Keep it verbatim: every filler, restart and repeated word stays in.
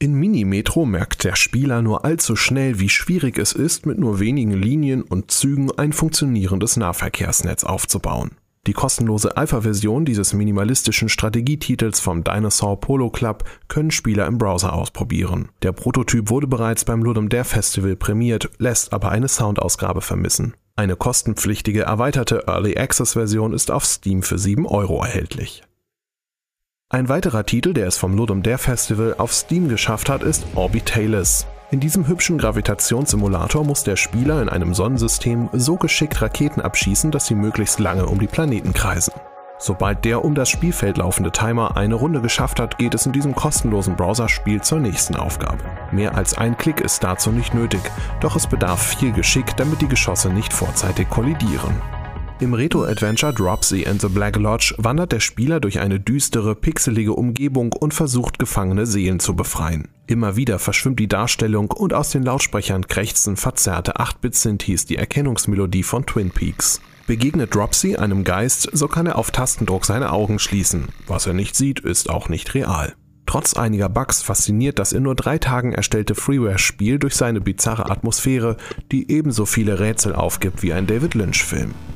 In Mini-Metro merkt der Spieler nur allzu schnell, wie schwierig es ist, mit nur wenigen Linien und Zügen ein funktionierendes Nahverkehrsnetz aufzubauen. Die kostenlose Alpha-Version dieses minimalistischen Strategietitels vom Dinosaur Polo Club können Spieler im Browser ausprobieren. Der Prototyp wurde bereits beim Ludum Dare Festival prämiert, lässt aber eine Soundausgabe vermissen. Eine kostenpflichtige erweiterte Early Access Version ist auf Steam für sieben Euro erhältlich. Ein weiterer Titel, der es vom Ludum Dare Festival auf Steam geschafft hat, ist Orbitalis. In diesem hübschen Gravitationssimulator muss der Spieler in einem Sonnensystem so geschickt Raketen abschießen, dass sie möglichst lange um die Planeten kreisen. Sobald der um das Spielfeld laufende Timer eine Runde geschafft hat, geht es in diesem kostenlosen Browserspiel zur nächsten Aufgabe. Mehr als ein Klick ist dazu nicht nötig, doch es bedarf viel Geschick, damit die Geschosse nicht vorzeitig kollidieren. Im Retro-Adventure Dropsy and the Black Lodge wandert der Spieler durch eine düstere, pixelige Umgebung und versucht, gefangene Seelen zu befreien. Immer wieder verschwimmt die Darstellung und aus den Lautsprechern krächzen verzerrte acht Bit-Synthes die Erkennungsmelodie von Twin Peaks. Begegnet Dropsy einem Geist, so kann er auf Tastendruck seine Augen schließen. Was er nicht sieht, ist auch nicht real. Trotz einiger Bugs fasziniert das in nur drei Tagen erstellte Freeware-Spiel durch seine bizarre Atmosphäre, die ebenso viele Rätsel aufgibt wie ein David Lynch-Film.